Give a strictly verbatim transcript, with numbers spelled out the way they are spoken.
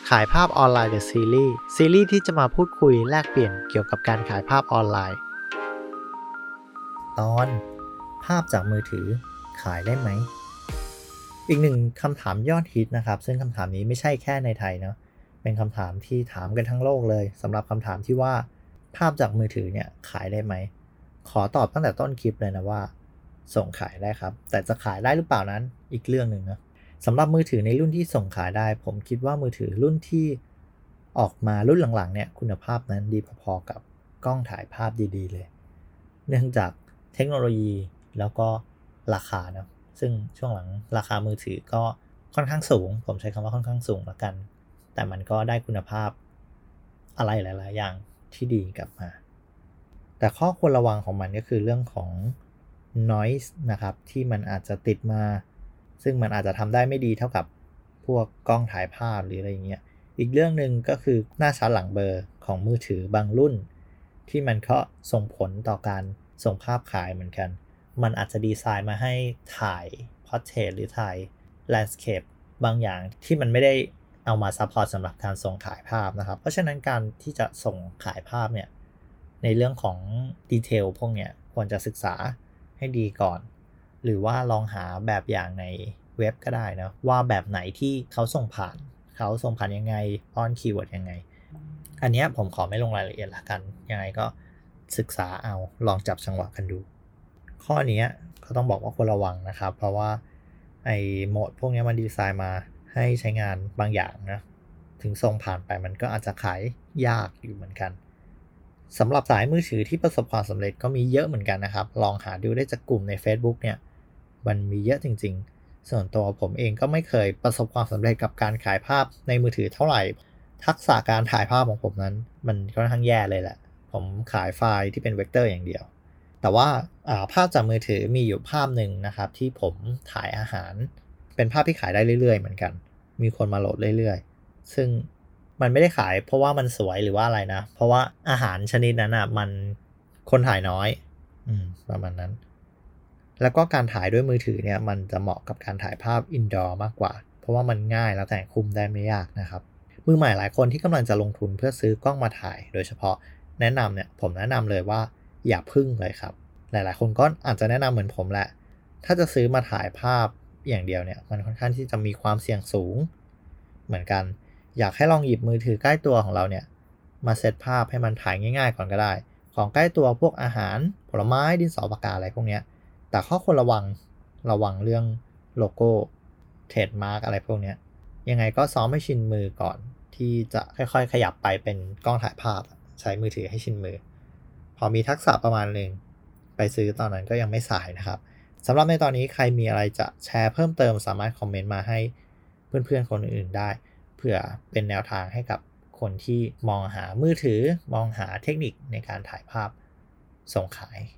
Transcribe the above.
ขายภาพออนไลน์ The Series ซีรีส์ที่จะมาพูดคุยแลกเปลี่ยนเกี่ยวกับการขายภาพออนไลน์ตอนภาพจากมือถือขายได้ไหมอีกหนึ่งคำถามยอดฮิตนะครับซึ่งคำถามนี้ไม่ใช่แค่ในไทยเนาะเป็นคำถามที่ถามกันทั้งโลกเลยสำหรับคำถามที่ว่าภาพจากมือถือเนี่ยขายได้ไหมขอตอบตั้งแต่ต้นคลิปเลยนะว่าส่งขายได้ครับแต่จะขายได้หรือเปล่านั้นอีกเรื่องหนึ่งนะสำหรับมือถือในรุ่นที่ส่งขายได้ผมคิดว่ามือถือรุ่นที่ออกมารุ่นหลังๆเนี่ยคุณภาพนั้นดีพอๆกับกล้องถ่ายภาพดีๆเลยเนื่องจากเทคโนโลยีแล้วก็ราคาเนาะซึ่งช่วงหลังราคามือถือก็ค่อนข้างสูงผมใช้คำว่าค่อนข้างสูงแล้วกันแต่มันก็ได้คุณภาพอะไรหลายๆอย่างที่ดีกลับมาแต่ข้อควรระวังของมันก็คือเรื่องของ noise นะครับที่มันอาจจะติดมาซึ่งมันอาจจะทำได้ไม่ดีเท่ากับพวกกล้องถ่ายภาพหรืออะไรเงี้ยอีกเรื่องหนึ่งก็คือหน้าชาร์จหลังเบลอของมือถือบางรุ่นที่มันก็ส่งผลต่อการส่งภาพขายเหมือนกันมันอาจจะดีไซน์มาให้ถ่าย portrait หรือถ่าย landscape บางอย่างที่มันไม่ได้เอามาซัพพอร์ตสำหรับการส่งขายภาพนะครับเพราะฉะนั้นการที่จะส่งขายภาพเนี่ยในเรื่องของดีเทลพวกเนี้ยควรจะศึกษาให้ดีก่อนหรือว่าลองหาแบบอย่างในเว็บก็ได้นะว่าแบบไหนที่เขาส่งผ่านเขาส่งผ่านยังไงป้อนคีย์เวิร์ดยังไงอันนี้ผมขอไม่ลงรายละเอียดละกันยังไงก็ศึกษาเอาลองจับจังหวะกันดูข้อนี้ก็ต้องบอกว่าควรระวังนะครับเพราะว่าไอ้โหมดพวกนี้มันดีไซน์มาให้ใช้งานบางอย่างนะถึงส่งผ่านไปมันก็อาจจะขายยากอยู่เหมือนกันสำหรับสายมือถือที่ประสบความสำเร็จก็มีเยอะเหมือนกันนะครับลองหาดูได้จากกลุ่มใน Facebook เนี่ยมันมีเยอะจริงๆส่วนตัวผมเองก็ไม่เคยประสบความสำเร็จกับการขายภาพในมือถือเท่าไหร่ทักษะการถ่ายภาพของผมนั้นมันค่อนข้างแย่เลยแหละผมขายไฟล์ที่เป็นเวกเตอร์อย่างเดียวแต่ว่าภาพจากมือถือมีอยู่ภาพหนึ่งนะครับที่ผมถ่ายอาหารเป็นภาพที่ขายได้เรื่อยๆเหมือนกันมีคนมาโหลดเรื่อยๆซึ่งมันไม่ได้ขายเพราะว่ามันสวยหรือว่าอะไรนะเพราะว่าอาหารชนิดนั้นอ่ะมันคนถ่ายน้อยอืมประมาณนั้นแล้วก็การถ่ายด้วยมือถือเนี่ยมันจะเหมาะกับการถ่ายภาพอินดอร์มากกว่าเพราะว่ามันง่ายแล้วแต่คุมได้ไม่ยากนะครับมือใหม่หลายคนที่กำลังจะลงทุนเพื่อซื้อกล้องมาถ่ายโดยเฉพาะแนะนำเนี่ยผมแนะนำเลยว่าอย่าพึ่งเลยครับหลายๆคนก็อาจจะแนะนำเหมือนผมแหละถ้าจะซื้อมาถ่ายภาพอย่างเดียวเนี่ยมันค่อนข้างที่จะมีความเสี่ยงสูงเหมือนกันอยากให้ลองหยิบมือถือใกล้ตัวของเราเนี่ยมาเซตภาพให้มันถ่ายง่ายๆก่อนก็ได้ของใกล้ตัวพวกอาหารผลไม้ดินสอปากกาอะไรพวกนี้แต่ข้อควรระวังระวังเรื่องโลโก้เทรดมาร์กอะไรพวกนี้ยังไงก็ซ้อมให้ชินมือก่อนที่จะค่อยๆขยับไปเป็นกล้องถ่ายภาพใช้มือถือให้ชินมือพอมีทักษะประมาณนึงไปซื้อตอนนั้นก็ยังไม่สายนะครับสำหรับในตอนนี้ใครมีอะไรจะแชร์เพิ่มเติมสามารถคอมเมนต์มาให้เพื่อนๆคนอื่นๆได้เพื่อเป็นแนวทางให้กับคนที่มองหามือถือมองหาเทคนิคในการถ่ายภาพส่งขาย